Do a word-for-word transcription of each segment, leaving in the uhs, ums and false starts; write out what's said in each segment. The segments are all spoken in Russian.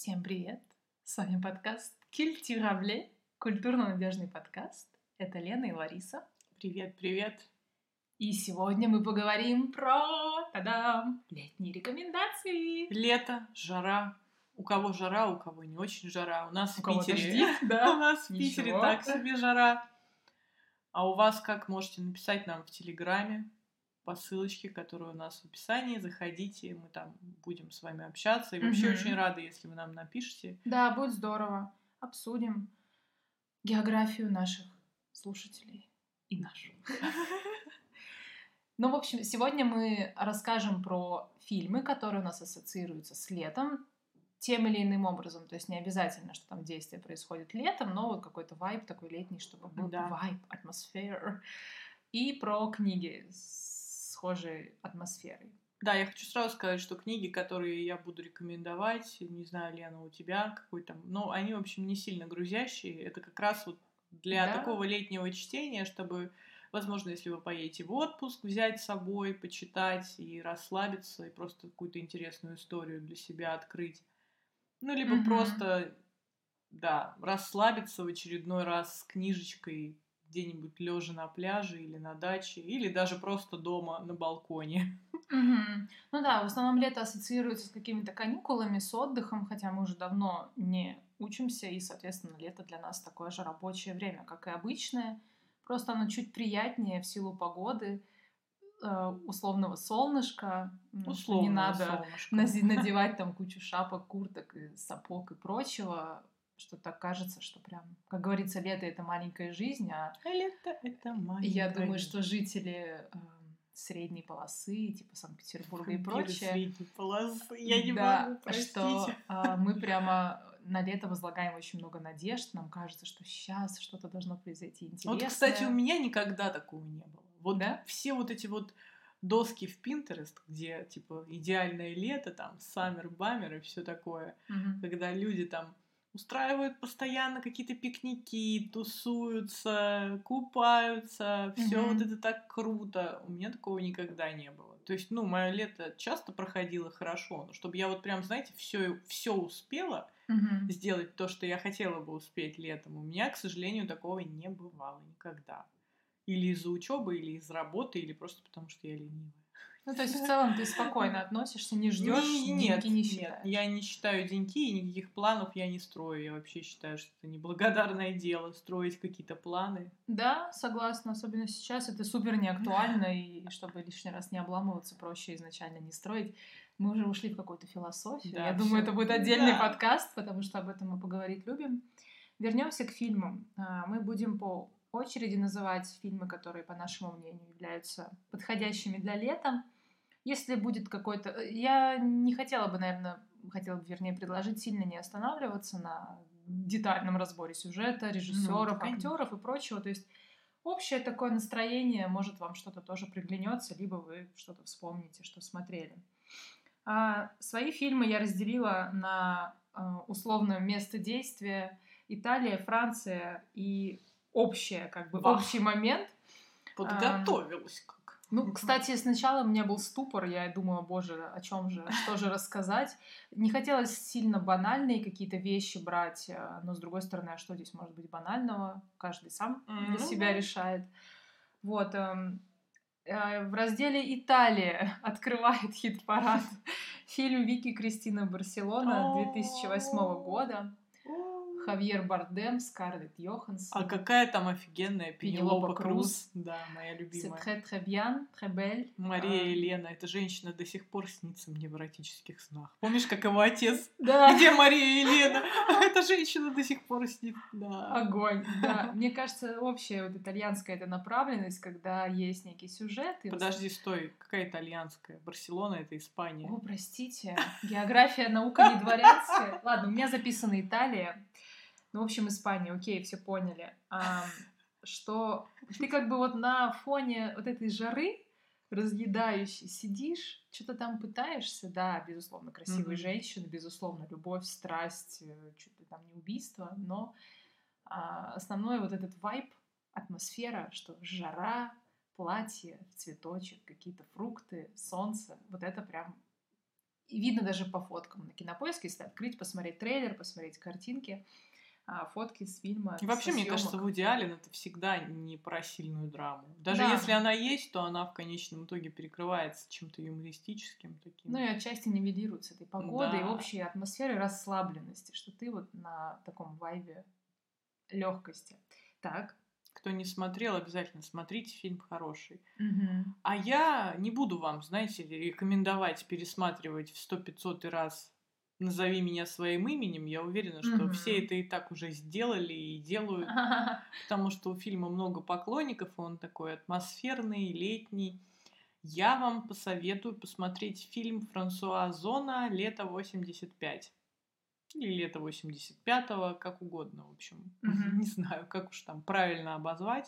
Всем привет! С вами подкаст Культуравле, культурно-надежный подкаст. Это Лена и Лариса. Привет, привет! И сегодня мы поговорим про, та-дам, летние рекомендации. Лето, жара. У кого жара, у кого не очень жара. У нас У в кого Питере, дожди, да? у нас в Питере Ничего. так себе жара. А у вас как? Можете написать нам в Телеграме по ссылочке, которая у нас в описании. Заходите, мы там будем с вами общаться. И вообще Мгм. очень рады, если вы нам напишите. Да, будет здорово. Обсудим географию наших слушателей и нашу. Ну, в общем, сегодня мы расскажем про фильмы, которые у нас ассоциируются с летом тем или иным образом. То есть не обязательно, что там действие происходит летом, но вот какой-то вайб такой летний, чтобы был Да. вайб, атмосфера. И про книги с схожей атмосферой. Да, я хочу сразу сказать, что книги, которые я буду рекомендовать, не знаю, Лена, у тебя какой там, ну, они, в общем, не сильно грузящие. Это как раз вот для Да. такого летнего чтения, чтобы, возможно, если вы поедете в отпуск, взять с собой, почитать и расслабиться, и просто какую-то интересную историю для себя открыть. Ну, либо Мгм. просто, да, расслабиться в очередной раз с книжечкой где-нибудь лежа на пляже или на даче, или даже просто дома на балконе. Мгм. Ну да, в основном лето ассоциируется с какими-то каникулами, с отдыхом, хотя мы уже давно не учимся, и, соответственно, лето для нас такое же рабочее время, как и обычное. Просто оно чуть приятнее в силу погоды, э, условного солнышка, м, что не Условного надо солнышка. нази- надевать там кучу шапок, курток, и сапог и прочего, что так кажется, что прям, как говорится, лето — это маленькая жизнь, а Лето — это маленькая я думаю, жизнь. что жители э, средней полосы, типа Санкт-Петербурга и Вампиры прочее, средней полосы. Я не да, могу, простите. что а, мы прямо на лето возлагаем очень много надежд. Нам кажется, что сейчас что-то должно произойти интересное. Вот, кстати, у меня никогда такого не было. Вот Да? все вот эти вот доски в Pinterest, где, типа, идеальное лето, там, саммер-баммер и все такое, Мгм. когда люди там устраивают постоянно какие-то пикники, тусуются, купаются, все вот Мгм. это так круто. У меня такого никогда не было. То есть, ну, мое лето часто проходило хорошо, но чтобы я вот прям, знаете, все, все успела Мгм. сделать то, что я хотела бы успеть летом, у меня, к сожалению, такого не бывало никогда. Или из-за учебы, или из-за работы, или просто потому, что я ленивая. Ну, то есть в целом ты спокойно относишься, не ждешь, Не- деньги не нет, считаешь. нет, я не считаю деньги, и никаких планов я не строю. Я вообще считаю, что это неблагодарное дело строить какие-то планы. Да, согласна, особенно сейчас это супер неактуально, и чтобы лишний раз не обламываться, проще изначально не строить. Мы уже ушли в какую-то философию. Да, Я думаю, всё. это будет отдельный Да. подкаст, потому что об этом мы поговорить любим. Вернемся к фильмам. А, Мы будем по очереди называть фильмы, которые, по нашему мнению, являются подходящими для лета. Если будет какой-то... э, Я не хотела бы, наверное, хотела бы, вернее, предложить сильно не останавливаться на детальном разборе сюжета, режиссеров, конечно. актеров и прочего. То есть общее такое настроение, может, вам что-то тоже приглянется, либо вы что-то вспомните, что смотрели. А, свои фильмы я разделила на а, условное место действия: Италия, Франция и общее, как бы Вах. общий момент. Подготовилась как. Ну, кстати, сначала у меня был ступор, я думала, боже, о чем же, что же рассказать. Не хотелось сильно банальные какие-то вещи брать, а, но с другой стороны, а что здесь может быть банального? Каждый сам для Ну себя да. решает. Вот. эм, э, В разделе «Италия» открывает хит-парад фильм Вики Кристина Барселона две тысячи восьмого года. Хавьер Бардем, Скарлетт А Йоханссон. какая там офигенная Пенелопа Пенелопа Круз. Круз. Да, моя C'est любимая. très très bien, très belle. Мария А, Елена, эта женщина до сих пор снится мне в эротических снах. Помнишь, как его отец? Да. Где Мария Елена? А эта женщина до сих пор снится. Да. Огонь, да. Мне кажется, общая вот итальянская эта направленность, когда есть некий сюжет. И в основ- Подожди, стой. Какая итальянская? Барселона — это Испания. О, простите, география, наука не дворянская. Ладно, у меня записана Италия. Ну, в общем, Испания, окей, все поняли. Ам, что ты как бы вот на фоне вот этой жары разъедающей сидишь, что-то там пытаешься, да, безусловно, красивые Мгм. женщины, безусловно, любовь, страсть, что-то там не убийство, но а, основной вот этот вайб, атмосфера, что жара, платье, цветочек, какие-то фрукты, солнце, вот это прям И видно даже по фоткам на Кинопоиске, если открыть, посмотреть трейлер, посмотреть картинки, а, фотки с фильма, И со вообще, мне кажется, съемок. Вуди Аллен это всегда не про сильную драму. Даже Да. если она есть, то она в конечном итоге перекрывается чем-то юмористическим таким. Ну и отчасти нивелируется этой погодой и Да. общей атмосферой расслабленности, что ты вот на таком вайбе легкости. Так. Кто не смотрел, обязательно смотрите, фильм хороший. Мгм. А я не буду вам, знаете ли, рекомендовать пересматривать в сто-пятьсот раз «Назови меня своим именем». Я уверена, что Мгм. все это и так уже сделали и делают, потому что у фильма много поклонников, он такой атмосферный, летний. Я вам посоветую посмотреть фильм Франсуа Озона «Лето восемьдесят пять». Или «Лето восемьдесят пятого», как угодно, в общем. Мгм. Не знаю, как уж там правильно обозвать.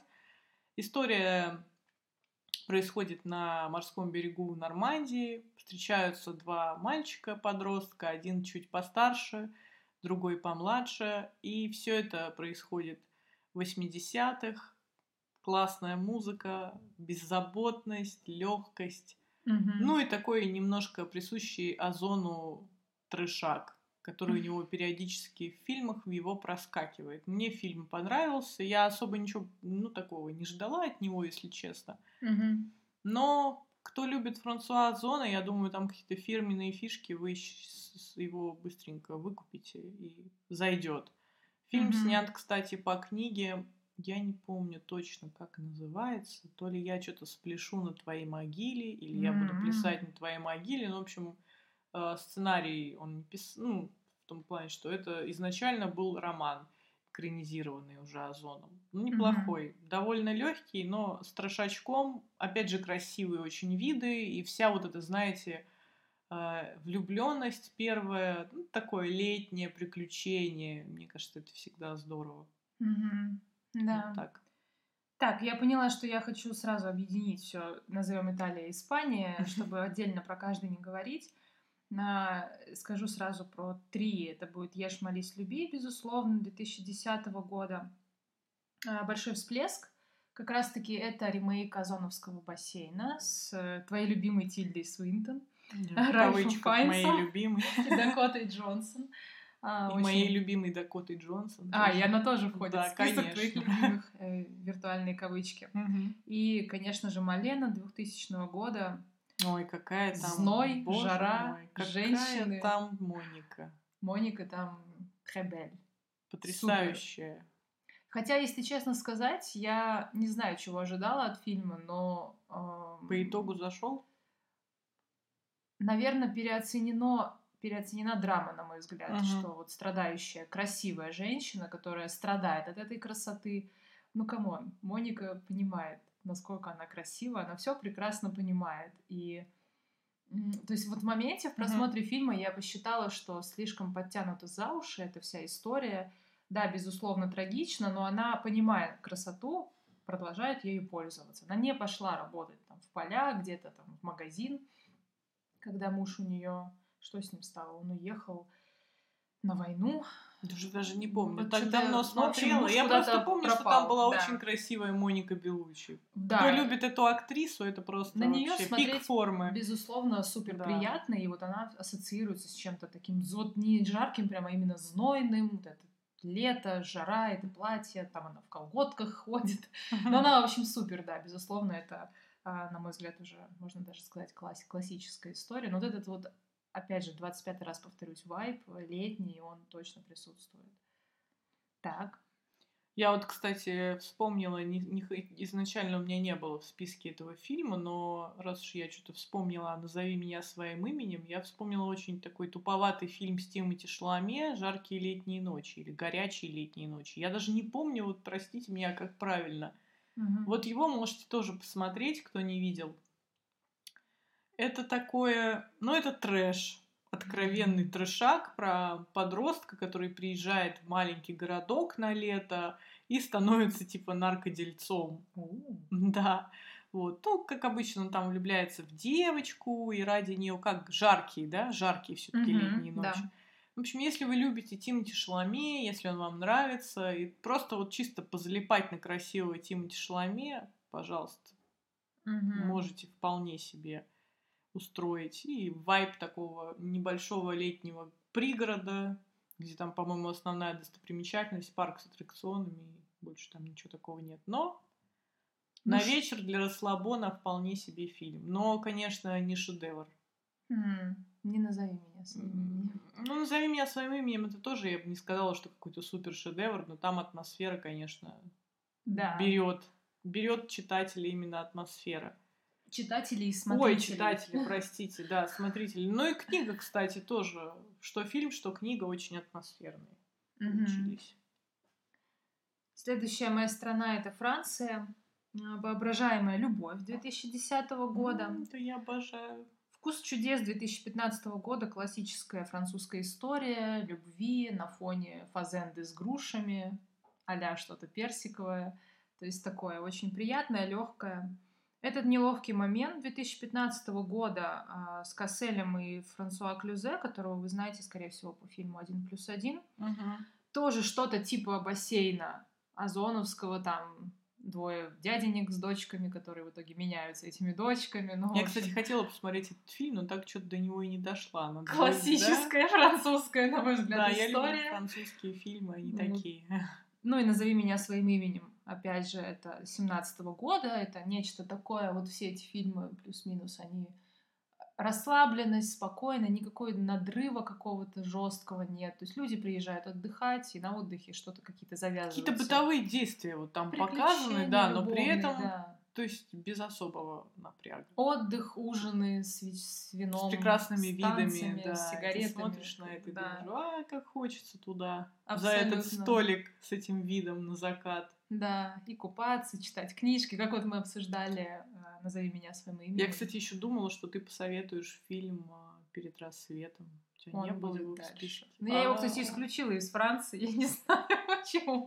История происходит на морском берегу Нормандии. Встречаются два мальчика-подростка, один чуть постарше, другой помладше. И все это происходит в восьмидесятых. Классная музыка, беззаботность, легкость. Мгм. Ну и такой немножко присущий Озону трешак, который у него периодически в фильмах в его проскакивает. Мне фильм понравился. Я особо ничего, ну, такого не ждала от него, если честно. Мгм. Но кто любит Франсуа Озона, я думаю, там какие-то фирменные фишки, вы щ- с- его быстренько выкупите и зайдет. Фильм Мгм. снят, кстати, по книге, я не помню точно, как называется. То ли я что-то спляшу на твоей могиле, или я буду М. плясать на твоей могиле. Ну, в общем, э, сценарий он не писал, ну, в том плане, что это изначально был роман, экранизированный уже Озоном. Ну, Мгм. неплохой, довольно легкий, но с трошачком. Опять же, красивые очень виды, и вся вот эта, знаете, влюбленность первая, ну, такое летнее приключение. Мне кажется, это всегда здорово. Мгм. Вот Да. так. Так, я поняла, что я хочу сразу объединить все, назовем Италия и Испания, чтобы отдельно про каждый не говорить. На- Скажу сразу про три. Это будет «Ешь, молись, люби», безусловно, две тысячи десятого года. А, «Большой всплеск». Как раз-таки это ремейк «Озоновского бассейна» с э, твоей любимой Тильдой Свинтон, Да, в Ральфом кавычках моей Файнсом любимой. и Дакотой Джонсон. А, И моей Очень... любимой Дакотой Джонсон А, и тоже. она тоже входит Да, в список твоих конечно. любимых, э, виртуальные кавычки. Мгм. И, конечно же, Малена двухтысячного года. Ой, какая там, Зной, боже жара, мой, какая женщины. там Моника. Моника там très Супер. Потрясающая. Хотя, если честно сказать, я не знаю, чего ожидала от фильма, но, По итогу зашел? наверное, переоценено, переоценена драма, на мой взгляд, Мгм. что вот страдающая, красивая женщина, которая страдает от этой красоты. Ну, камон, Моника понимает, насколько она красива, она все прекрасно понимает. И, м, то есть вот в моменте, в Мгм. просмотре фильма я посчитала, что слишком подтянута за уши эта вся история. Да, безусловно, трагично, но она, понимая красоту, продолжает ею пользоваться. Она не пошла работать там в поля, где-то там в магазин, когда муж у нее, что с ним стало? Он уехал на войну. Даже даже не помню. Вот Так что-то, давно ну, в общем, смотрела. муж Я просто куда-то помню, что там пропал. была Да. очень красивая Моника Белуччи. Кто Да, любит эту актрису, это просто на нее вообще пик смотреть, формы. безусловно, супер Да. приятно, и вот она ассоциируется с чем-то таким, зо- не жарким, прямо а именно знойным, вот это лето, жара, это платье, там она в колготках ходит. Но она, в общем, супер, да, безусловно, это, а, на мой взгляд, уже, можно даже сказать, класс- классическая история. Но вот этот вот, опять же, двадцать пятый раз повторюсь, вайб летний, он точно присутствует. Так. Я вот, кстати, вспомнила, не, не х- изначально у меня не было в списке этого фильма, но раз уж я что-то вспомнила «Назови меня своим именем», я вспомнила очень такой туповатый фильм с Тимоти Шаломе «Жаркие летние ночи» или «Горячие летние ночи». Я даже не помню, вот простите меня, как правильно. Мгм. Вот его можете тоже посмотреть, кто не видел. Это такое, ну это трэш, откровенный трэшак про подростка, который приезжает в маленький городок на лето и становится типа наркодельцом. У. Да, вот. Ну, как обычно, он там влюбляется в девочку, и ради нее как жаркие, да, жаркие все-таки Мгм, летние да. ночи. В общем, если вы любите Тимоти Шаломе, если он вам нравится, и просто вот чисто позалипать на красивого Тимоти Шаломе, пожалуйста, Мгм. можете вполне себе. устроить. И вайб такого небольшого летнего пригорода, где там, по-моему, основная достопримечательность, парк с аттракционами, и больше там ничего такого нет. Но Ну, на ш- вечер для расслабона вполне себе фильм. Но, конечно, не шедевр. М, Не назови меня своим именем. Ну, назови меня своим именем, это тоже, я бы не сказала, что какой-то супер шедевр, но там атмосфера, конечно, Да, берет. Берет читателя именно атмосфера. читатели и Ой, смотрители. читатели, простите, да, смотрители. Ну и книга, кстати, тоже. Что фильм, что книга очень атмосферные Мгм. получились. Следующая моя страна — это Франция. А, «Воображаемая любовь» две тысячи десятого года. М, Это я обожаю. «Вкус чудес» две тысячи пятнадцатого года. Классическая французская история любви на фоне фазенды с грушами, а-ля что-то персиковое. То есть такое очень приятное, легкое. Этот неловкий момент две тысячи пятнадцатого года а, с Касселем и Франсуа Клюзе, которого вы знаете, скорее всего, по фильму «Один плюс один». Мгм. Тоже что-то типа бассейна Озоновского, там двое дяденек с дочками, которые в итоге меняются этими дочками. Ну, в Я, кстати, общем, хотела посмотреть этот фильм, но так что-то до него и не дошла. Надо будет, да? классическая французская, на мой взгляд, Да, я люблю история. французские фильмы, они Ну, такие. Ну и «Назови меня своим именем». Опять же, это семнадцатого года, это нечто такое, вот все эти фильмы плюс-минус, они расслабленность, спокойно, никакой надрыва какого-то жесткого нет. То есть люди приезжают отдыхать, и на отдыхе что-то какие-то завязываются. Какие-то бытовые действия вот там показаны, Приключения да, но при любовные, этом, да. то есть без особого напряга. Отдых, ужины с, ви- с С вином, прекрасными с видами, танцами, да. с И ты сигаретами. смотришь на это и Да, думаешь, а, как хочется туда, за этот абсолютно. столик с этим видом на закат. Да, и купаться, читать книжки, как вот мы обсуждали э, «Назови меня своим именем». Я, кстати, еще думала, что ты посоветуешь фильм а, «Перед рассветом». У тебя Он не было будет его в дальше. списке? Ну, я его, кстати, А, исключила из Франции, я не знаю почему.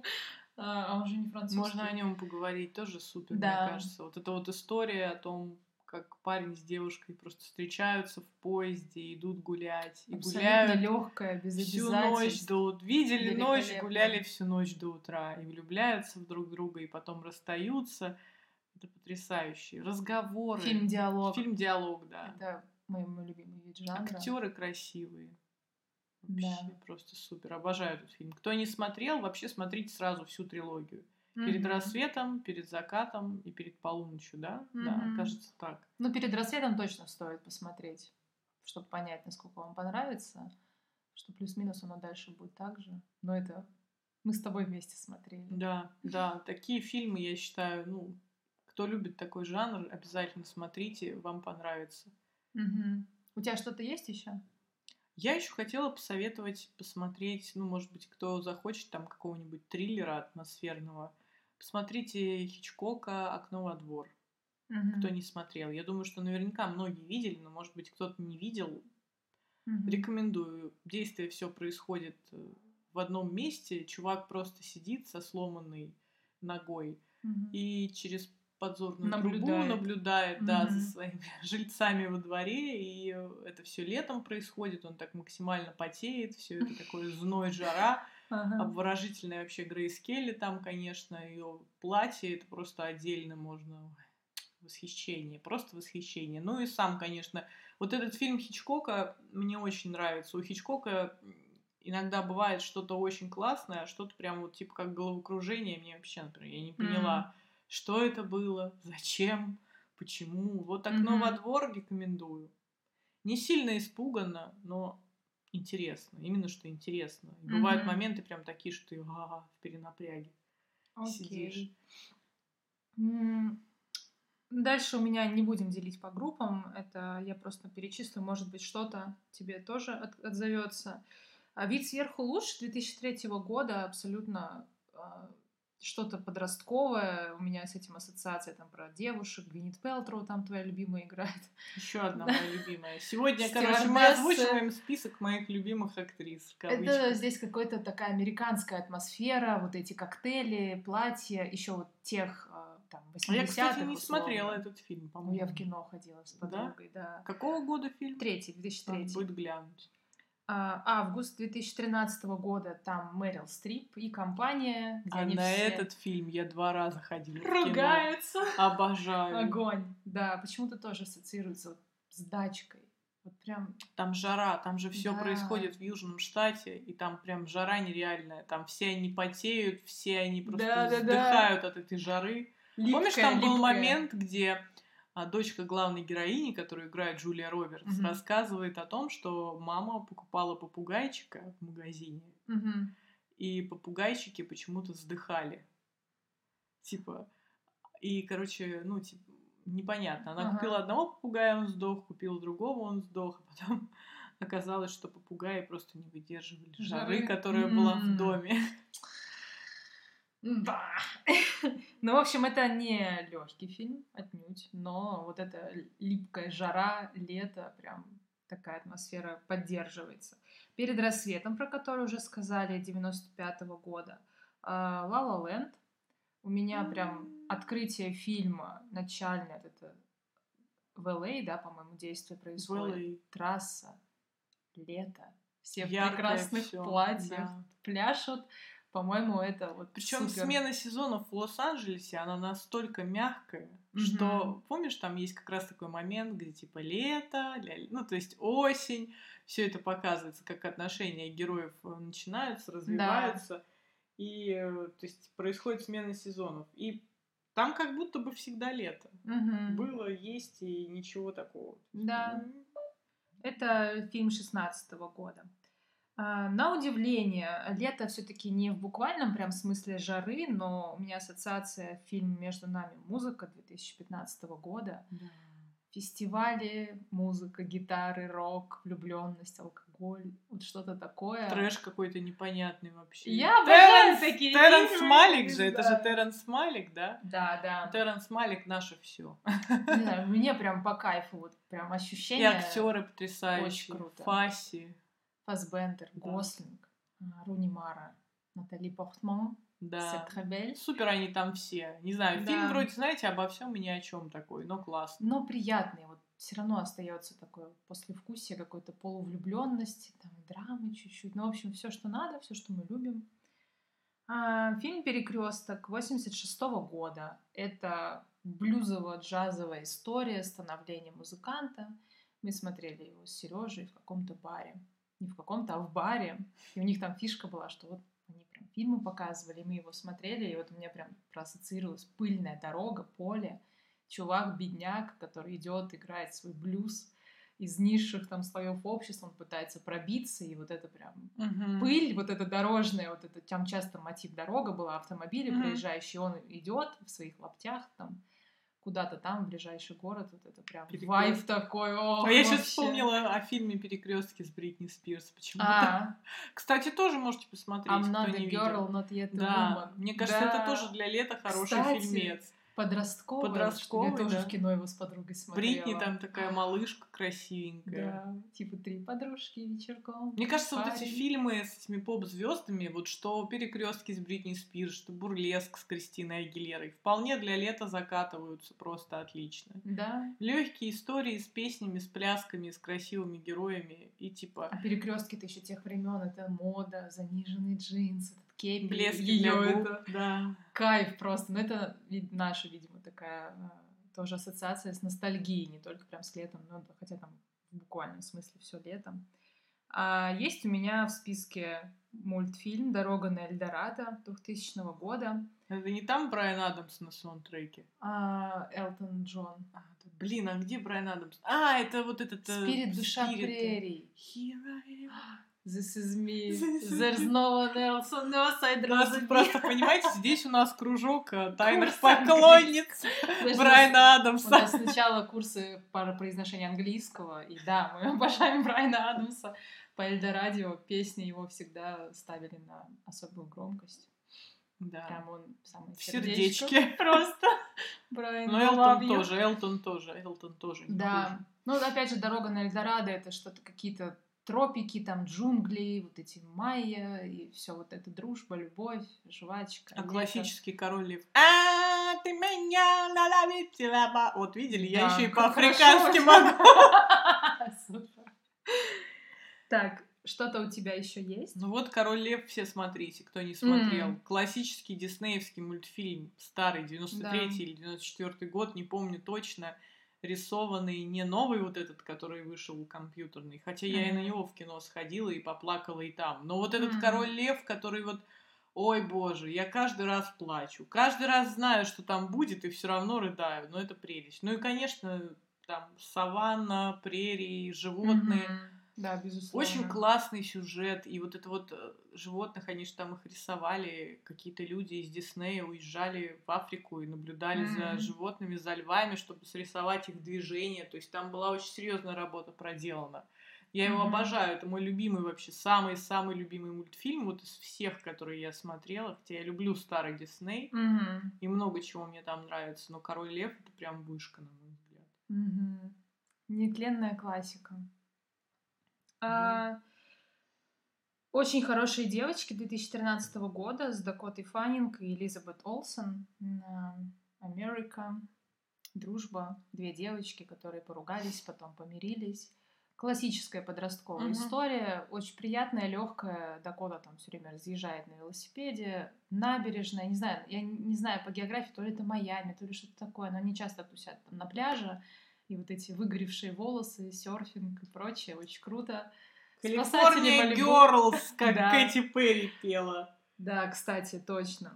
А а он же не французский. Можно о нем поговорить, тоже супер, Да. мне кажется. Вот эта вот история о том, как парень с девушкой просто встречаются в поезде, идут гулять. И Абсолютно гуляют легкая, без всю ночь обязательств. до ут- Видели ночь, Великолепно. гуляли всю ночь до утра. И влюбляются в друг друга, и потом расстаются. Это потрясающе. Разговоры. Фильм-диалог. Фильм-диалог, да. Это мой, мой любимый вид жанра. Актеры красивые. Да. Вообще просто супер. Обожаю этот фильм. Кто не смотрел, вообще смотрите сразу всю трилогию. Перед Мгм. рассветом, перед закатом и перед полуночью, да? Да, Мгм. кажется так. Ну, перед рассветом точно стоит посмотреть, чтобы понять, насколько вам понравится, что плюс-минус оно дальше будет так же. Но это мы с тобой вместе смотрели. Да, да, такие фильмы, я считаю, ну, кто любит такой жанр, обязательно смотрите, вам понравится. Мгм. У тебя что-то есть еще? Я еще хотела посоветовать посмотреть, ну, может быть, кто захочет там какого-нибудь триллера атмосферного, посмотрите Хичкока «Окно во двор». Кто не смотрел. Я думаю, что наверняка многие видели, но, может быть, кто-то не видел. Мгм. Рекомендую. Действие все происходит э, в одном месте. Чувак просто сидит со сломанной ногой Мгм. и через подзорную трубу Наблюдает. наблюдает, да, за Мгм. своими жильцами во дворе. И э, это все летом происходит. Он так максимально потеет. Все это такое зной, жара. Ага. Обворожительная вообще Грейс Келли там, конечно. Ее платье это просто отдельно можно... Восхищение, просто восхищение. Ну и сам, конечно, вот этот фильм Хичкока мне очень нравится. У Хичкока иногда бывает что-то очень классное, а что-то прям вот типа как головокружение. Мне вообще, например, я не поняла, М. что это было, зачем, почему. Вот «Окно Мгм. во двор» рекомендую. Не сильно испуганно, но интересно. Именно что интересно. И бывают Мгм. моменты прям такие, что ты ага, в перенапряге сидишь. Окей. М, Дальше у меня не будем делить по группам. Это я просто перечислю, может быть, что-то тебе тоже от- отзовется. А «Вид сверху лучше» две тысячи третьего года абсолютно а, что-то подростковое. У меня с этим ассоциация там про девушек. Гвинет Пелтроу там твоя любимая играет. Еще одна моя любимая. Сегодня, короче, мы Стюардессы. озвучиваем список моих любимых актрис. В Это кавычках. здесь какая-то такая американская атмосфера, вот эти коктейли, платья, еще вот тех а, там А я, кстати, восьмидесятых не условно. смотрела этот фильм, Ну, по-моему. я в кино ходила с Да? подругой, да. Какого года фильм? Третий, две тысячи Надо третий. будет глянуть. А, август две тысячи тринадцатого года, там Мэрил Стрип и компания, где А они на все этот фильм я два раза ходила в кино. ругаются. Обожаю. Огонь. Да, почему-то тоже ассоциируется вот с дачкой. Вот прям... Там жара, там же все Да. происходит в Южном штате, и там прям жара нереальная. Там все они потеют, все они просто Да, да, да. вздыхают от этой жары. Помнишь, Липкая, там был липкая. момент, где а, дочка главной героини, которую играет Джулия Робертс, Мгм. рассказывает о том, что мама покупала попугайчика в магазине, Мгм. и попугайчики почему-то вздыхали. Типа, и, короче, ну, типа, непонятно. Она Ага. купила одного попугая, он сдох, купила другого, он сдох, а потом оказалось, что попугаи просто не выдерживали жары, Жары. которая была в М. доме. Да. Ну, в общем, это не легкий фильм, отнюдь, но вот эта липкая жара, лето, прям такая атмосфера поддерживается. «Перед рассветом», про который уже сказали, девяносто пятого года, «Ла Ла Ленд». У меня прям открытие фильма начальное, это в Л А, да, по-моему, действие происходит. В Л А. Трасса, лето, все в Яркое прекрасных всё, платьях да. пляшут. По-моему, это вот Причем супер. смена сезонов в Лос-Анджелесе, она настолько мягкая, Мгм. что, помнишь, там есть как раз такой момент, где типа лето, ля- ну, то есть осень, все это показывается, как отношения героев э, начинаются, развиваются, и, э, то есть, происходит смена сезонов. И там как будто бы всегда лето. Мгм. Было, есть, и ничего такого. Да. М, Это фильм шестнадцатого года. А, На удивление, лето все-таки не в буквальном прям смысле жары, но у меня ассоциация фильм «Между нами музыка» две тысячи пятнадцатого года. Да. Фестивали, музыка, гитары, рок, влюбленность, алкоголь, вот что-то такое. Трэш какой-то непонятный вообще. Я обожаю Терренс, такие Терренс фильмы, Малик не же, это же знаю. Терренс Малик, да? Да, да. Терренс Малик наше все. Не знаю, мне прям по кайфу, вот прям И ощущение. актеры потрясающие. очень круто. Фасси. Фассбендер, Да. Гослинг, а, Руни Мара, Натали Портман, Да. C'est très belle. Супер они там все. Не знаю, Да. фильм вроде, знаете, обо всем и ни о чем такой, но классно. Но приятный, вот все равно остается такое послевкусие какой-то полувлюбленности, там и драмы чуть-чуть. Ну, в общем, все, что надо, все, что мы любим. А, фильм «Перекресток» восемьдесят шестого года. Это блюзово-джазовая история становления музыканта. Мы смотрели его с Сережей в каком-то баре. Не в каком-то, а в баре. И у них там фишка была, что вот они прям фильмы показывали, мы его смотрели, и вот у меня прям проассоциировалась пыльная дорога, поле, чувак-бедняк, который идет, играет свой блюз из низших там слоев общества, он пытается пробиться, и вот это прям Мгм. пыль, вот эта дорожная, вот это, там часто мотив дорога была, автомобили Мгм. проезжающие, он идет в своих лаптях там куда-то там, в ближайший город, вот это прям Перекрёсток. вайб такой, ох, А я сейчас вообще. вспомнила о фильме «Перекрестки» с Бритни Спирс почему-то. А, Кстати, тоже можете посмотреть, I'm not кто a не girl, видел. not yet a Да, woman. мне кажется, Да. это тоже для лета хороший Кстати, фильмец. Подростковый, Подростковый, я тоже да. в кино его с подругой смотрела. Бритни там такая малышка красивенькая. Да, типа три подружки вечерком. Мне кажется, вот эти парень. фильмы с этими поп-звездами, вот что «Перекрестки» с Бритни Спирс, что «Бурлеск» с Кристиной Агилерой, вполне для лета закатываются просто отлично. Да. Легкие истории с песнями, с плясками, с красивыми героями и типа А перекрестки-то еще тех времен, это мода, заниженный джинс, этот кепи, блески ее для губ. это Да. кайф просто. Но это вид- наша, видимо, такая а, тоже ассоциация с ностальгией, не только прям с летом, но да, хотя там в буквальном смысле все летом. А есть у меня в списке мультфильм «Дорога на Эльдорадо» двухтысячного года. Это не там Брайан Адамс на саундтреке? А, Элтон Джон. А, да, блин, а где Брайан Адамс? А, это вот этот... э, «Спирит, душа Спирит. прерий». Here I am. This is me. This is There's me. no one else on earth I'd У нас rather be. просто, понимаете, здесь у нас кружок э, тайных Курс поклонниц Даже Брайана У нас Адамса. сначала курсы по произношению английского, и да, мы обожаем Брайана Адамса. По Эльдорадио песни его всегда ставили на особую громкость. Да. Прям он самый В сердечке. Просто. Брайан, Но I love Элтон you. тоже, Элтон тоже, Элтон тоже не Да. хуже. Ну, опять же, «Дорога на Эльдорадо» — это что-то, какие-то тропики, там джунгли, вот эти майя, и все вот это дружба, любовь, жвачка. А лето. классический король лев. А, ты меня наловила. Вот видели, я Да, еще и как по-африкански хорошо. могу. Супер. Так, что-то у тебя еще есть? Ну вот «Король лев» все смотрите, кто не смотрел. М. Классический диснеевский мультфильм, старый, девяносто третий или девяносто четвёртый год, не помню точно. рисованный, не новый вот этот, который вышел компьютерный. Хотя я и на него в кино сходила и поплакала и там. Но вот этот М. Король Лев, который вот... Ой, боже, я каждый раз плачу. Каждый раз знаю, что там будет, и все равно рыдаю. Но это прелесть. Ну и, конечно, там саванна, прерии, животные. Мгм. Да, безусловно. Очень классный сюжет. И вот это вот э, животных, они же там их рисовали. Какие-то люди из Диснея уезжали в Африку и наблюдали за М. животными, за львами, чтобы срисовать их движение. То есть там была очень серьезная работа проделана. Я его Мгм. обожаю. Это мой любимый вообще, самый-самый любимый мультфильм вот из всех, которые я смотрела. Хотя я люблю старый Дисней. Мгм. И много чего мне там нравится. Но Король Лев — это прям вышка, на мой взгляд. Мгм. Нетленная классика. Ну, А, Очень хорошие девочки две тысячи тринадцатого года с Дакотой Фаннинг и Элизабет Олсен. М, Америка. Дружба. Две девочки, которые поругались, потом помирились. Классическая подростковая Мгм. история. Очень приятная, легкая. Дакота там все время разъезжает на велосипеде. Набережная. Не знаю, я не знаю по географии, то ли это Майами, то ли что-то такое. Но они часто тусят там на пляже. И вот эти выгоревшие волосы, серфинг и прочее. Очень круто. Спасатели Калифорния Малибу. Герлс, как Да. Кэти Перри пела. Да, кстати, точно.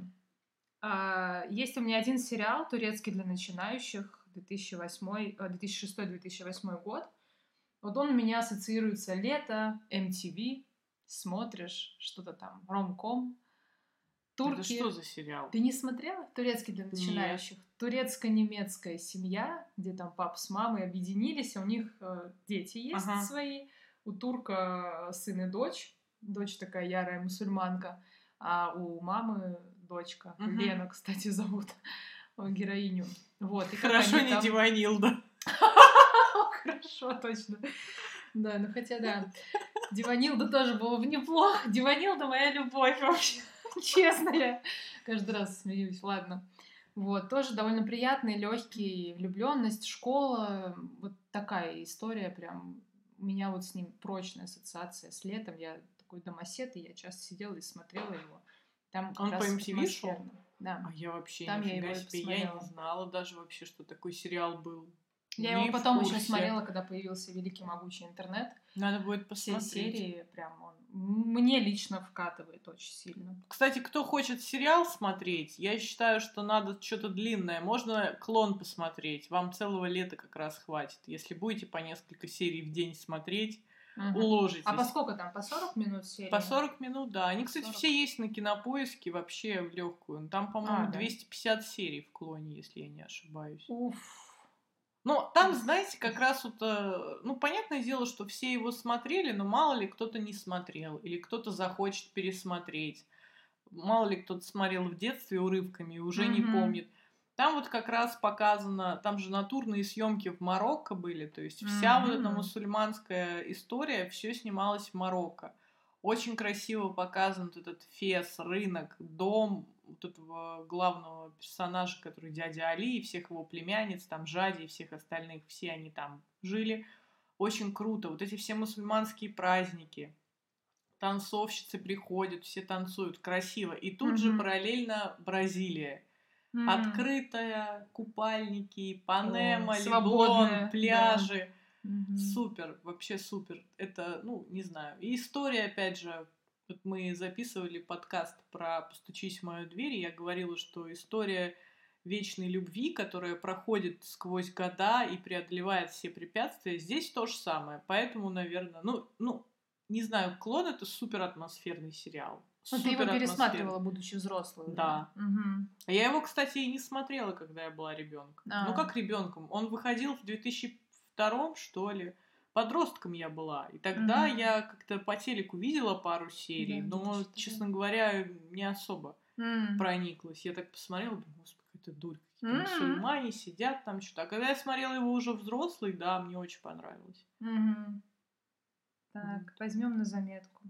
А, Есть у меня один сериал турецкий для начинающих, две тысячи восьмой, э, две тысячи шестой - две тысячи восьмой год. Вот он у меня ассоциируется лето, эм ти ви, смотришь что-то там, ромком, Это турки. что за сериал? Ты не смотрела? Турецкий для Нет. начинающих. Турецко-немецкая семья, где там папа с мамой объединились, а у них э, дети есть Ага. свои. У турка э, сын и дочь. Дочь такая ярая мусульманка, а у мамы дочка. Мгм. Лена, кстати, зовут э, героиню. Вот. И как Хорошо, они не там- Диванилда. Хорошо, точно. Да, ну хотя да. Диванилда тоже было бы неплохо. Диванилда моя любовь вообще. Честно, я каждый раз смеюсь. Ладно. Вот, тоже довольно приятный, легкий, влюбленность, школа. Вот такая история прям. У меня вот с ним прочная ассоциация с летом. Я такой домосед, и я часто сидела и смотрела его. Там как Он раз по эм ти ви шел? атмосферно. Да. А я вообще Там я нифига его и себе, я и не посмотрела. знала даже вообще, что такой сериал был. Я Не его в потом еще курсе. смотрела, когда появился великий могучий интернет. Надо будет Все посмотреть. серии прям он мне лично вкатывает очень сильно. Кстати, кто хочет сериал смотреть, я считаю, что надо что-то длинное. Можно «Клон» посмотреть. Вам целого лета как раз хватит. Если будете по несколько серий в день смотреть, Мгм. уложитесь. А по сколько там? По сорок минут серии? По сорок минут, да. Они, По кстати, сорок. все есть на Кинопоиске вообще в легкую. Там, по-моему, А, да. двести пятьдесят серий в «Клоне», если я не ошибаюсь. Уф. Ну, там, знаете, как раз вот, э, ну, понятное дело, что все его смотрели, но мало ли кто-то не смотрел, или кто-то захочет пересмотреть. Мало ли кто-то смотрел в детстве урывками и уже не Мгм. помнит. Там вот как раз показано, там же натурные съемки в Марокко были, то есть вся вот эта Мгм. мусульманская история, все снималось в Марокко. Очень красиво показан вот этот Фес, рынок, дом вот этого главного персонажа, который дядя Али, и всех его племянниц, там Жади и всех остальных, все они там жили. Очень круто. Вот эти все мусульманские праздники. Танцовщицы приходят, все танцуют, красиво. И тут же Мгм. параллельно Бразилия. М. Открытая, купальники, Панема, О, Леблон, свободная, да. пляжи. Мгм. Супер, вообще супер. Это, ну, не знаю. И история, опять же, вот мы записывали подкаст про «Постучись в мою дверь», и я говорила, что история вечной любви, которая проходит сквозь года и преодолевает все препятствия, здесь то же самое. Поэтому, наверное, ну, ну, не знаю, «Клон» — это супер атмосферный сериал. Ну, ты его Супер пересматривала, атмосферный. будучи взрослой уже. Да. Мгм. А я его, кстати, и не смотрела, когда я была ребенком. Ну, А. как ребенком? Он выходил в две тысячи втором, что ли. Подростком я была. И тогда Мгм. я как-то по телеку видела пару серий, Да, но, две тысячи второй. честно говоря, не особо М. прониклась. Я так посмотрела, думаю, господи, какая-то дурь. Какие-то М. мусульмане сидят там что-то. А когда я смотрела его уже взрослый, да, мне очень понравилось. Мгм. Так, возьмем на заметку.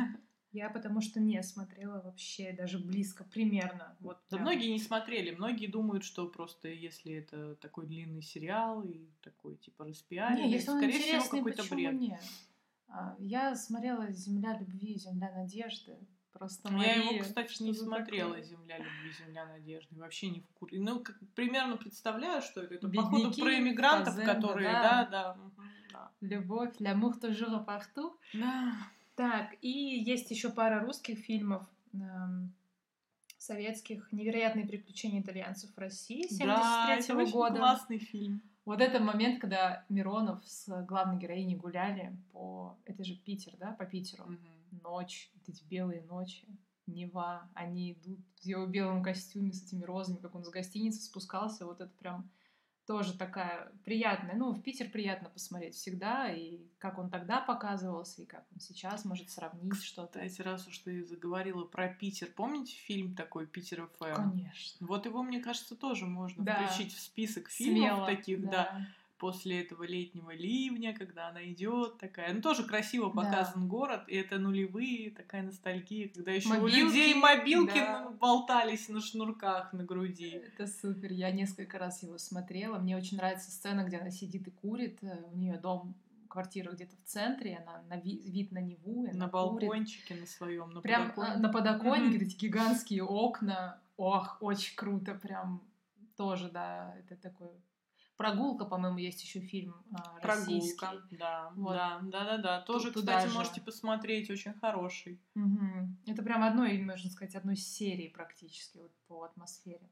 Я потому что не смотрела вообще даже близко, примерно. Вот Да прям. многие не смотрели. Многие думают, что просто если это такой длинный сериал и такой типа распиаренный, Не, если он скорее всего, интересный, какой-то почему бред. нет? А, Я смотрела «Земля любви», «Земля надежды». Просто Я его, Мария, кстати, что не за смотрела такое? «Земля любви, земля надежды». Вообще не в курсе. Ну, как, примерно представляю, что это. Это, походу, про Бедняки, иммигрантов, Фазенда, которые... Да, да. да. мгм, да. Любовь, l'amour toujours partout. Да. Так, и есть еще пара русских фильмов эм, советских. «Невероятные приключения итальянцев в России» Да, это семьдесят третьего очень года. классный фильм. Вот это момент, когда Миронов с главной героиней гуляли по... Это же Питер, да? По Питеру. Мгм. Ночь, вот эти белые ночи, Нева. Они идут в его белом костюме с этими розами, как он с гостиницы спускался. Вот это прям тоже такая приятная. Ну, в Питер приятно посмотреть всегда. И как он тогда показывался, и как он сейчас может сравнить что-то. Кстати, раз уж ты заговорила про Питер, помните фильм такой «Питер эф эм»? Конечно. Вот его, мне кажется, тоже можно Да. включить в список фильмов Смело. таких, да. Да. После этого летнего ливня, когда она идет такая. Ну, тоже красиво Да. показан город, и это нулевые, такая ностальгия, когда еще у Мобилки, людей мобилки да. на- болтались на шнурках на груди. Это супер. Я несколько раз его смотрела. Мне очень нравится сцена, где она сидит и курит. Э, У нее дом, квартира где-то в центре, она на ви- вид на Неву, и она На курит. балкончике на своем, на Прям а, подоконнике. на подоконнике Мгм. эти гигантские окна. Ох, очень круто, прям тоже, да, это такой... Прогулка, по-моему, есть еще фильм а, российский. Прогулка, да, Вот. да, да, да, да. Тоже, туда кстати, же. можете посмотреть, очень хороший. Мгм. Это прям одной, можно сказать, одной серии практически вот по атмосфере.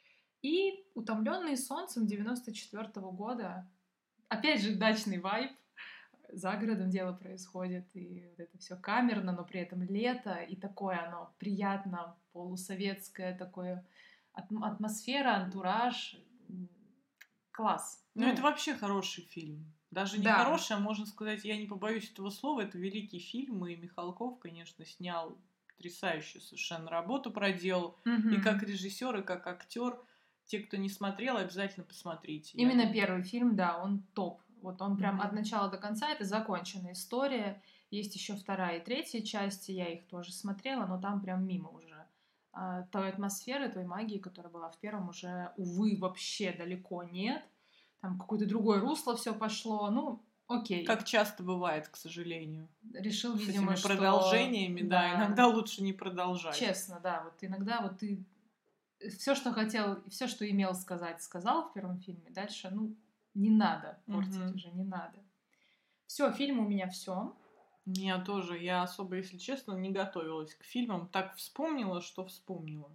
И «Утомленные солнцем» девяносто четвёртого года. Опять же, дачный вайб. За городом дело происходит, и вот это все камерно, но при этом лето, и такое оно приятно, полусоветское такое атм- атмосфера, антураж. М, Класс. Ну, это вообще хороший фильм. Даже не да. хороший, а можно сказать, я не побоюсь этого слова, это великий фильм, и Михалков, конечно, снял потрясающую совершенно работу, проделал. Мгм. И как режиссер, и как актер. Те, кто не смотрел, обязательно посмотрите. Я Именно думаю. первый фильм, да, он топ. Вот он прям Мгм. от начала до конца, это законченная история. Есть еще вторая и третья части, я их тоже смотрела, но там прям мимо уже. А, той атмосферы, той магии, которая была в первом, уже, увы, вообще далеко нет. Там какое-то другое русло все пошло. Ну, окей. Как часто бывает, к сожалению. Решил, С видимо, этими что... продолжениями, да, иногда лучше не продолжать. Честно, да. Вот иногда вот ты все, что хотел, все, что имел сказать, сказал в первом фильме. Дальше, ну, не надо портить Мгм. уже, не надо. Все, фильм у меня все. Я тоже, я особо, если честно, не готовилась к фильмам. Так вспомнила, что вспомнила.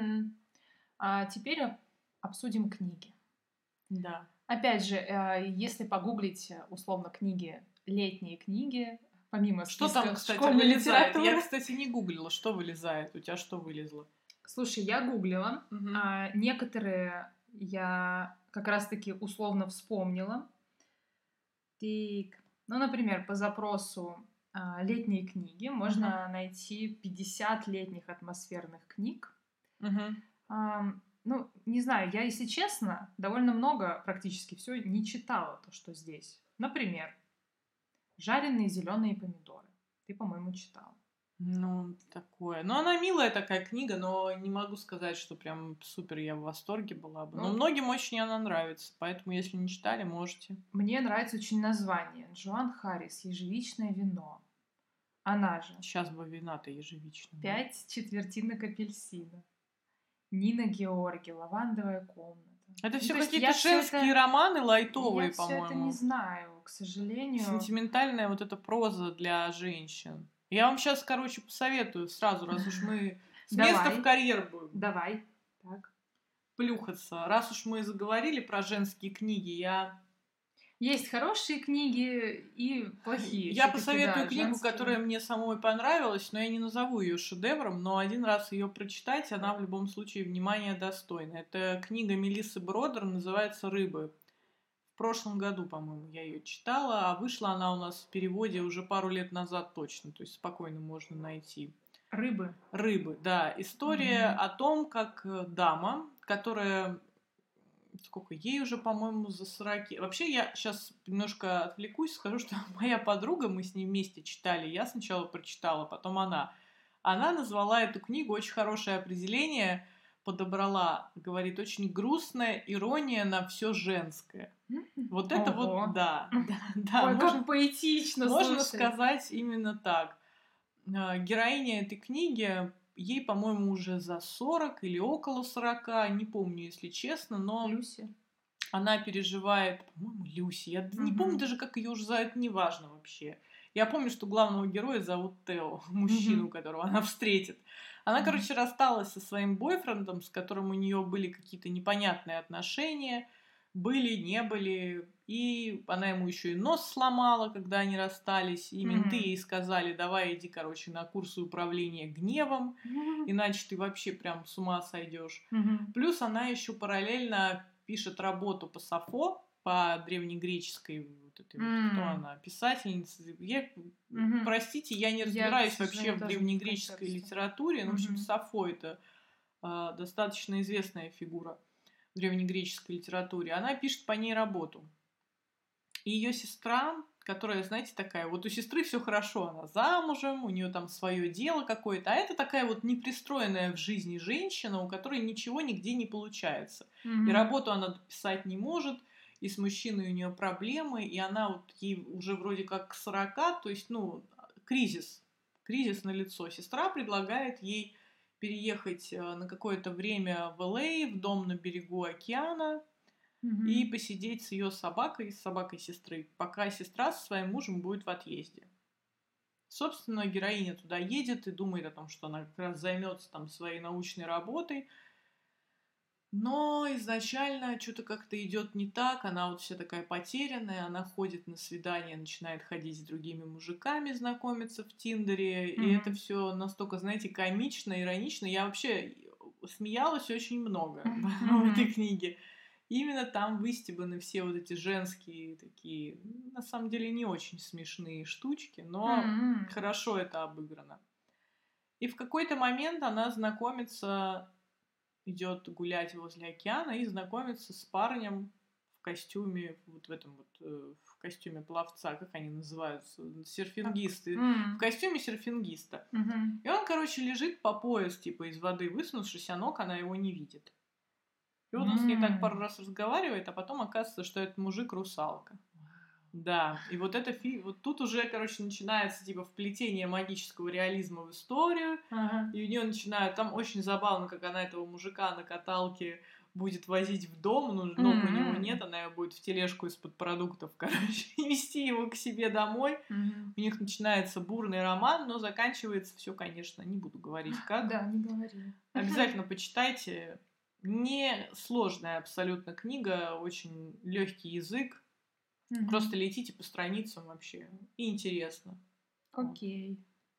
А теперь об- обсудим книги. Да. Опять же, э, если погуглить э, условно книги, летние книги, помимо Что списка там, кстати, школьной вылезает? литературы. Я, кстати, не гуглила, что вылезает. У тебя что вылезло? Слушай, я гуглила. Мгм. а, некоторые я как раз-таки условно вспомнила. Так, ну, например, по запросу а, летние книги можно найти пятьдесят летних атмосферных книг. Мгм. Ам, ну, не знаю, я, если честно, довольно много, практически все, не читала то, что здесь. Например, «Жареные зеленые помидоры». Ты, по-моему, читала. Ну, такое. Ну, она милая такая книга, но не могу сказать, что прям супер я в восторге была бы. Но Ну. многим очень она нравится, поэтому, если не читали, можете. Мне нравится очень название. Джоан Харрис «Ежевичное вино». Она же Сейчас бы вина-то ежевичная. «Пять четвертинок апельсина». Нина Георги «Лавандовая комната». Это Ну, все то есть какие-то я всё женские это- романы Я лайтовые, все это не по-моему. знаю, к сожалению. Сентиментальная вот эта проза для женщин. Я вам сейчас, короче, посоветую сразу, раз уж мы с места Давай. в карьер будем Давай. Так. плюхаться. Раз уж мы заговорили про женские книги, я, Есть хорошие книги и плохие. я всё-таки, посоветую да, книгу, женские. которая мне самой понравилась, но я не назову ее шедевром, но один раз ее прочитать, она в любом случае внимания достойна. Это книга Мелиссы Бродер, называется «Рыбы». В прошлом году, по-моему, я ее читала, а вышла она у нас в переводе уже пару лет назад точно, то есть спокойно можно найти. Рыбы. «Рыбы», да. История Мгм. о том, как э, дама, которая... Сколько? Ей уже, по-моему, за сорок. Вообще, я сейчас немножко отвлекусь, скажу, что моя подруга, мы с ней вместе читали, я сначала прочитала, потом она. Она назвала эту книгу, очень хорошее определение, подобрала, говорит, очень грустная ирония на все женское. Вот это Ого. вот, да, да, да, Ой, можно, как поэтично, можно слушай. сказать именно так. А, Героиня этой книги, ей, по-моему, уже за сорок или около сорока, не помню, если честно, но Люси. она переживает, по-моему, Люси. Я д- не помню Мгм. даже, как ее уже зовут, неважно вообще. Я помню, что главного героя зовут Тео, мужчину, Мгм. которого она встретит. Она, Мгм. короче, рассталась со своим бойфрендом, с которым у нее были какие-то непонятные отношения, были, не были, и она ему еще и нос сломала, когда они расстались, и менты Мгм. ей сказали, давай иди, короче, на курсы управления гневом, Мгм. иначе ты вообще прям с ума сойдешь. Мгм. Плюс она еще параллельно пишет работу по Сафо, по древнегреческой, вот этой вот, кто М. она, писательница. Я, Мгм. простите, я не Я, к разбираюсь вообще сожалению, в тоже не в древнегреческой контексте. литературе, но, в общем, Мгм. Сафо это а, достаточно известная фигура в древнегреческой литературе. Она пишет по ней работу. И ее сестра, которая, знаете, такая, вот у сестры все хорошо, она замужем, у нее там свое дело какое-то, а это такая вот непристроенная в жизни женщина, у которой ничего нигде не получается. И Мгм. работу она писать не может, и с мужчиной у нее проблемы, и она вот ей уже вроде как к сорока, то есть, ну, кризис, кризис налицо. Сестра предлагает ей переехать э, на какое-то время в Л А, в дом на берегу океана, и Мгм. посидеть с ее собакой, с собакой сестры, пока сестра со своим мужем будет в отъезде. Собственно, героиня туда едет и думает о том, что она как раз займется там своей научной работой, но изначально что-то как-то идет не так, она вот вся такая потерянная, она ходит на свидание, начинает ходить с другими мужиками, знакомиться в Тиндере, и это Мгм. все настолько, знаете, комично, иронично. Я вообще смеялась очень много в этой Мгм. книге. Именно там выстебаны все вот эти женские такие, ну, на самом деле, не очень смешные штучки, но М. хорошо это обыграно. И в какой-то момент она знакомится, идет гулять возле океана и знакомится с парнем в костюме, вот в этом вот, э, в костюме пловца, как они называются, Так. серфингисты, в М. костюме серфингиста. Мгм. И он, короче, лежит по пояс, типа, из воды высунувшись, а ног она его не видит. И вот он с ней так пару М. раз разговаривает, а потом оказывается, что этот мужик русалка. Да, и вот это фи... вот тут уже, короче, начинается типа вплетение магического реализма в историю, Ага. и у нее начинают, там очень забавно, как она этого мужика на каталке будет возить в дом, ну, ног у него нет, М. она его будет в тележку из-под продуктов, короче, и везти его к себе домой. Мгм. У них начинается бурный роман, но заканчивается все, конечно, не буду говорить как. Да, не говори. Обязательно почитайте. Не сложная абсолютно книга, очень легкий язык. Просто Мгм. летите по страницам вообще. И интересно. Вот. Окей.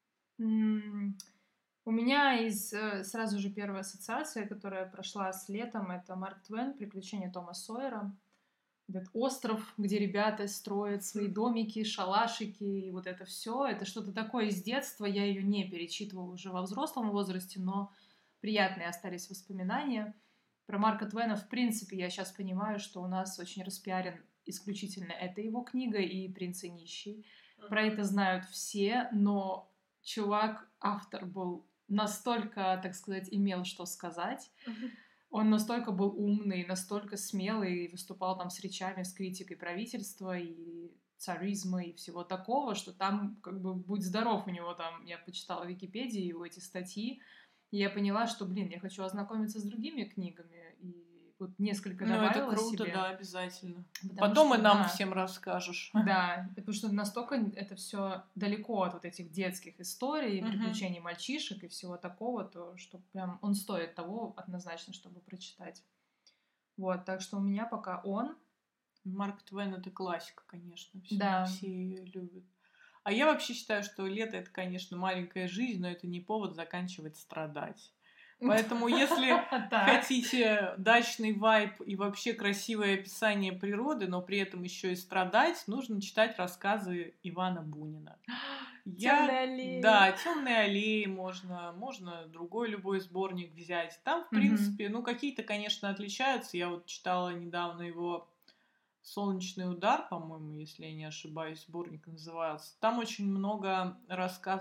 М, У меня из э, сразу же первая ассоциация, которая прошла с летом, это Марк Твен «Приключения Тома Сойера». Этот остров, где ребята строят свои домики, шалашики и вот это все. Это что-то такое из детства. Я ее не перечитывала уже во взрослом возрасте, но приятные остались воспоминания. Про Марка Твена, в принципе, я сейчас понимаю, что у нас очень распиарен исключительно эта его книга и «Принц и нищий». Про Мгм. это знают все, но чувак, автор был настолько, так сказать, имел что сказать. Он настолько был умный, настолько смелый, и выступал там с речами, с критикой правительства и царизма и всего такого, что там как бы будь здоров у него там. Я почитала в Википедии его эти статьи, и я поняла, что, блин, я хочу ознакомиться с другими книгами, и вот несколько Ну, это добавила круто, себе, да, обязательно. потому Потом что, и нам да, всем расскажешь. да, потому что настолько это все далеко от вот этих детских историй, Мгм. приключений мальчишек и всего такого, то что прям он стоит того однозначно, чтобы прочитать. Вот, так что у меня пока он. Марк Твен это классика, конечно. Все, Да. все ее любят. А я вообще считаю, что лето это, конечно, маленькая жизнь, но это не повод заканчивать страдать. Поэтому, если Так. хотите дачный вайб и вообще красивое описание природы, но при этом еще и страдать, нужно читать рассказы Ивана Бунина. Темные Я, аллеи. да, темные аллеи можно, можно другой любой сборник взять. Там, в Мгм. принципе, ну, какие-то, конечно, отличаются. Я вот читала недавно его «Солнечный удар», по-моему, если я не ошибаюсь, сборник назывался. Там очень много рассказов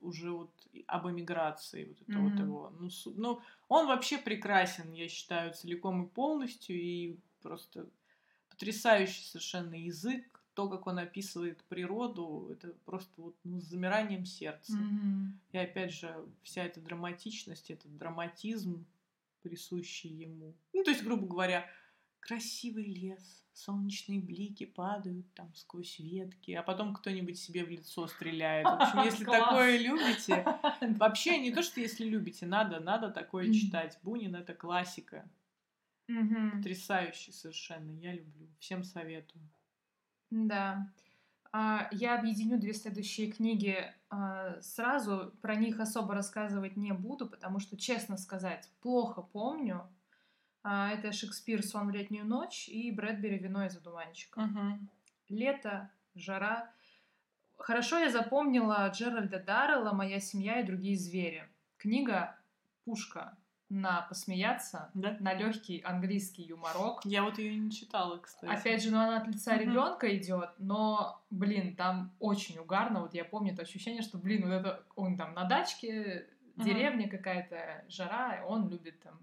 уже вот об эмиграции, вот это mm-hmm. вот его. Ну, су... ну, он вообще прекрасен, я считаю, целиком и полностью, и просто потрясающий совершенно язык, то, как он описывает природу, это просто вот ну, с замиранием сердца. Mm-hmm. И опять же, вся эта драматичность, этот драматизм, присущий ему. Ну, то есть, грубо говоря, красивый лес, солнечные блики падают там сквозь ветки, а потом кто-нибудь себе в лицо стреляет. В общем, если такое любите, вообще не то, что если любите, надо, надо такое читать. Бунин — это классика. Потрясающий совершенно, я люблю. Всем советую. Да. Я объединю две следующие книги сразу. Про них особо рассказывать не буду, потому что, честно сказать, плохо помню. Это Шекспир «Сон в летнюю ночь» и Брэдбери «Вино из одуванчика». Угу. Лето, жара. Хорошо я запомнила Джеральда Даррелла «Моя семья и другие звери». Книга пушка. На посмеяться, да? На легкий английский юморок. Я вот ее не читала, кстати. Опять же, ну она от лица uh-huh. ребенка идет, но, блин, там очень угарно. Вот я помню это ощущение, что, блин, вот это он там на дачке, uh-huh. деревня какая-то, жара, он любит там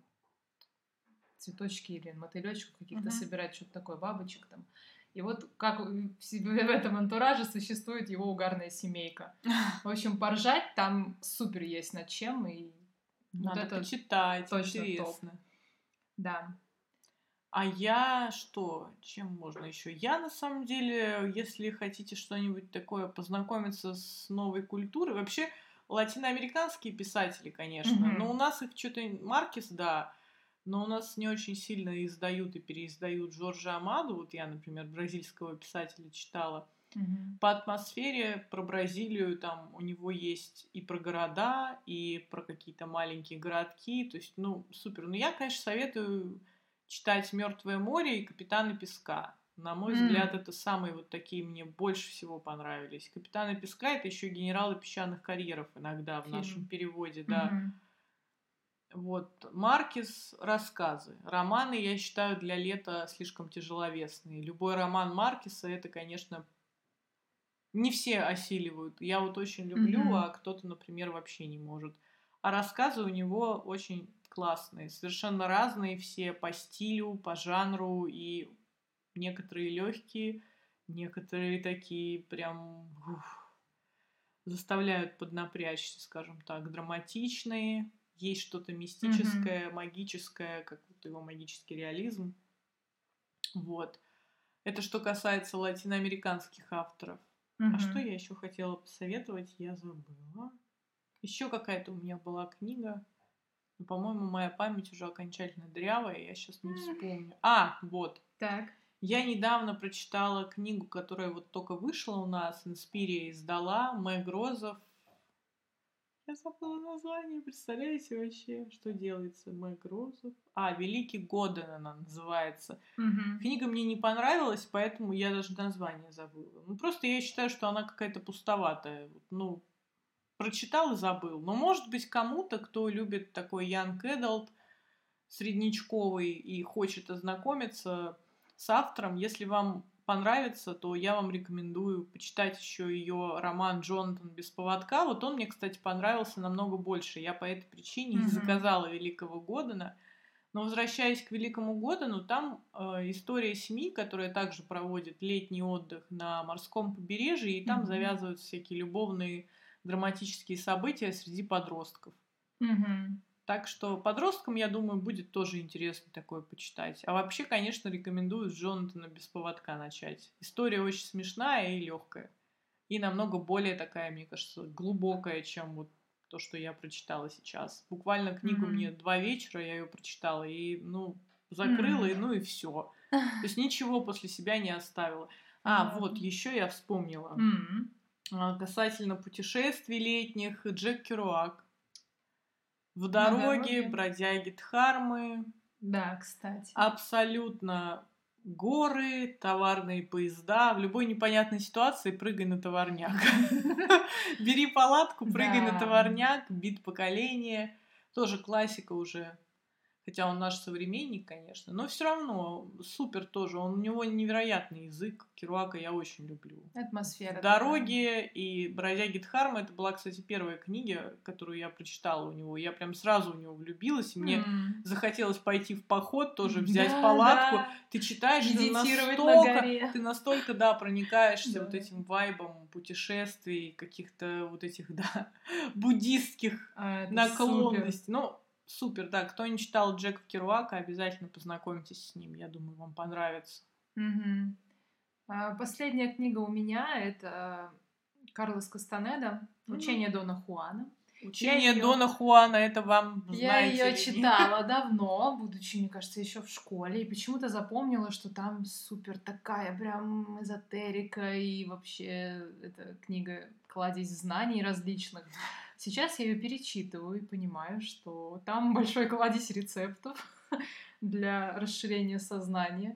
цветочки или мотылечков каких-то uh-huh. собирать, что-то такое, бабочек там. И вот как в этом антураже существует его угарная семейка. В общем, поржать там супер есть над чем, и надо вот это почитать, точно интересно. Топ. Да. А я что? Чем можно еще? Я, на самом деле, если хотите что-нибудь такое, познакомиться с новой культурой, вообще латиноамериканские писатели, конечно, mm-hmm. но у нас их что-то... Маркес, да, но у нас не очень сильно издают и переиздают Жоржа Амаду. Вот я, например, бразильского писателя читала. Mm-hmm. По атмосфере про Бразилию там у него есть и про города, и про какие-то маленькие городки. То есть, ну, супер. Но я, конечно, советую читать «Мертвое море» и «Капитаны песка». На мой mm. взгляд, это самые вот такие мне больше всего понравились. «Капитаны песка» — это еще «Генералы песчаных карьеров» иногда в Фильм. нашем переводе, да. Mm-hmm. Вот. Маркес — рассказы. Романы, я считаю, для лета слишком тяжеловесные. Любой роман Маркеса — это, конечно, не все осиливают. Я вот очень люблю, mm-hmm. а кто-то, например, вообще не может. А рассказы у него очень классные, совершенно разные все по стилю, по жанру, и некоторые легкие, некоторые такие прям уф, заставляют поднапрячься, скажем так, драматичные. Есть что-то мистическое, mm-hmm. магическое, как вот его магический реализм. Вот. Это что касается латиноамериканских авторов. Mm-hmm. А что я еще хотела посоветовать, я забыла. Еще какая-то у меня была книга. Но, по-моему, моя память уже окончательно дрявая, я сейчас не вспомню. А, вот. Так. Я недавно прочитала книгу, которая вот только вышла у нас, Инспирия издала, Мэг Розов. Я забыла название, представляете вообще, что делается? Мэг Розов. А, «Великий Годен» она называется. Mm-hmm. Книга мне не понравилась, поэтому я даже название забыла. Ну, просто я считаю, что она какая-то пустоватая. Ну, прочитал и забыл. Но, может быть, кому-то, кто любит такой young adult, среднячковый, и хочет ознакомиться с автором, если вам понравится, то я вам рекомендую почитать еще ее роман «Джонатан без поводка». Вот он мне, кстати, понравился намного больше. Я по этой причине mm-hmm. заказала «Великого Годена». Но, возвращаясь к «Великому Годену», там э, история семьи, которая также проводит летний отдых на морском побережье, и там mm-hmm. завязываются всякие любовные драматические события среди подростков. Mm-hmm. Так что подросткам, я думаю, будет тоже интересно такое почитать. А вообще, конечно, рекомендую с Джонатана без поводка начать. История очень смешная и легкая. И намного более такая, мне кажется, глубокая, чем вот то, что я прочитала сейчас. Буквально книгу mm-hmm. мне два вечера, я ее прочитала и, ну, закрыла, mm-hmm. и ну и все. То есть ничего после себя не оставила. А, mm-hmm. вот, еще я вспомнила. Mm-hmm. Касательно путешествий летних, Джек Керуак. В дороге, бродяги Дхармы. Да, кстати. Абсолютно горы, товарные поезда. В любой непонятной ситуации прыгай на товарняк. Бери палатку, прыгай на товарняк. Бит поколение. Тоже классика уже. Хотя он наш современник, конечно, но все равно супер тоже. Он, у него невероятный язык. Керуака я очень люблю. Атмосфера В такая. «Дороге» и «Бродяги Дхармы» это была, кстати, первая книга, которую я прочитала у него. Я прям сразу в него влюбилась, и мне М. захотелось пойти в поход, тоже взять Да, палатку. да. Ты читаешь, ты Медитировать на настолько, горе. ты настолько, да, проникаешься вот Да. этим вайбом путешествий, каких-то вот этих, да, буддистских А, это супер. наклонностей. Ну, супер, да. Кто не читал Джека Керуака, обязательно познакомьтесь с ним. Я думаю, вам понравится. Мгм. А, Последняя книга у меня — это Карлос Кастанеда Мгм. «Учение Дона Хуана». Учение её- Дона Хуана, это вам, Я знаете ее ли, не- читала давно, будучи, мне кажется, еще в школе, и почему-то запомнила, что там супер такая прям эзотерика, и вообще эта книга кладезь знаний различных. Сейчас я ее перечитываю и понимаю, что там большой кладезь рецептов для расширения сознания.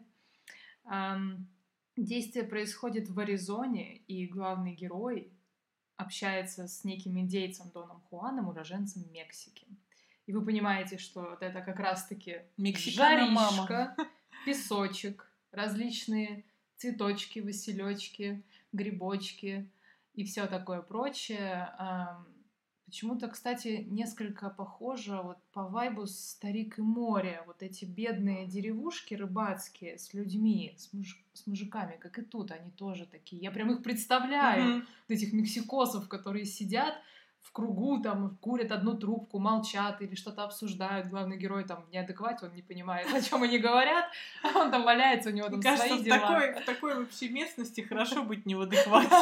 Ам, Действие происходит в Аризоне, и главный герой общается с неким индейцем Доном Хуаном, уроженцем Мексики. И вы понимаете, что вот это как раз-таки Мексикана мама. жаришка, песочек, различные цветочки, василечки, грибочки и все такое прочее. Ам, Почему-то, кстати, несколько похоже вот по вайбу «Старик и море». Вот эти бедные деревушки рыбацкие с людьми, с, муж- с мужиками, как и тут, они тоже такие. Я прям их представляю, Мгм. вот этих мексикосов, которые сидят в кругу, там, курят одну трубку, молчат или что-то обсуждают. Главный герой там в неадеквате, он не понимает, о чем они говорят, а он там валяется, у него Мне там кажется, свои в дела. такой, в такой вообще местности хорошо быть не в адеквате.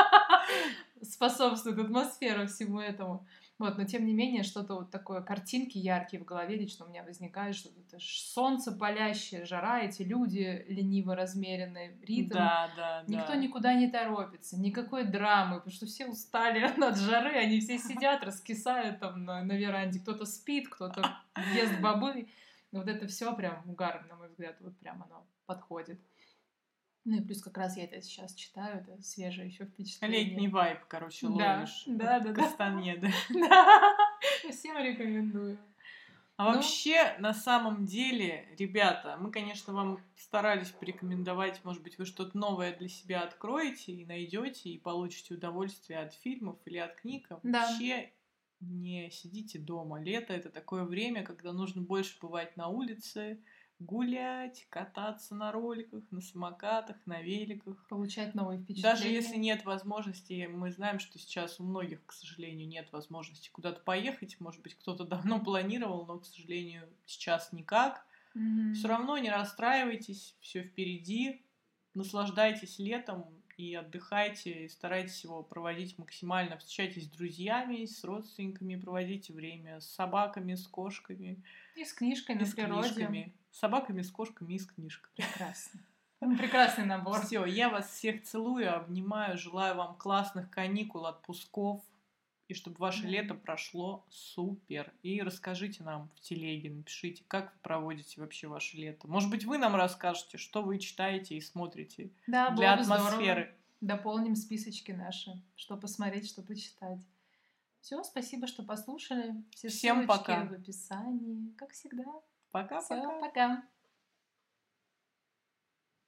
Способствует атмосфера всему этому. Вот, но тем не менее, что-то вот такое, картинки яркие в голове лично у меня возникают, что это ж солнце палящее, жара, эти люди лениво размеренные, ритм. Да, да, Никто да. никуда не торопится, никакой драмы, потому что все устали от жары, они все сидят, раскисают там на, на веранде, кто-то спит, кто-то ест бобы. Вот это все прям угар, на мой взгляд, вот прям оно подходит. Ну и плюс как раз я это сейчас читаю, это свежее еще впечатление. Летний вайб, короче, Да, ловишь. да, от да, да. Кастанеды. Да, всем рекомендую. А Ну, вообще, на самом деле, ребята, мы, конечно, вам старались порекомендовать, может быть, вы что-то новое для себя откроете и найдете, и получите удовольствие от фильмов или от книг. А Да. вообще не сидите дома. Лето — это такое время, когда нужно больше бывать на улице, гулять, кататься на роликах, на самокатах, на великах. получать новые впечатления. Даже если нет возможности, мы знаем, что сейчас у многих, к сожалению, нет возможности куда-то поехать. Может быть, кто-то давно планировал, но, к сожалению, сейчас никак. Мгм. Все равно не расстраивайтесь, все впереди. Наслаждайтесь летом и отдыхайте, и старайтесь его проводить максимально. Встречайтесь с друзьями, с родственниками, проводите время с собаками, с кошками. И с книжками И с в природе. книжками. С собаками, с кошками и с книжками. Прекрасно. Прекрасный набор. Все, я вас всех целую, обнимаю, желаю вам классных каникул, отпусков, и чтобы ваше Да. лето прошло супер. И расскажите нам в телеге, напишите, как вы проводите вообще ваше лето. Может быть, вы нам расскажете, что вы читаете и смотрите Да, для было бы здорово. атмосферы. Дополним списочки наши, что посмотреть, что почитать. Все, спасибо, что послушали. Все Всем ссылочки пока. в описании, как всегда. Пока-пока. Все, пока.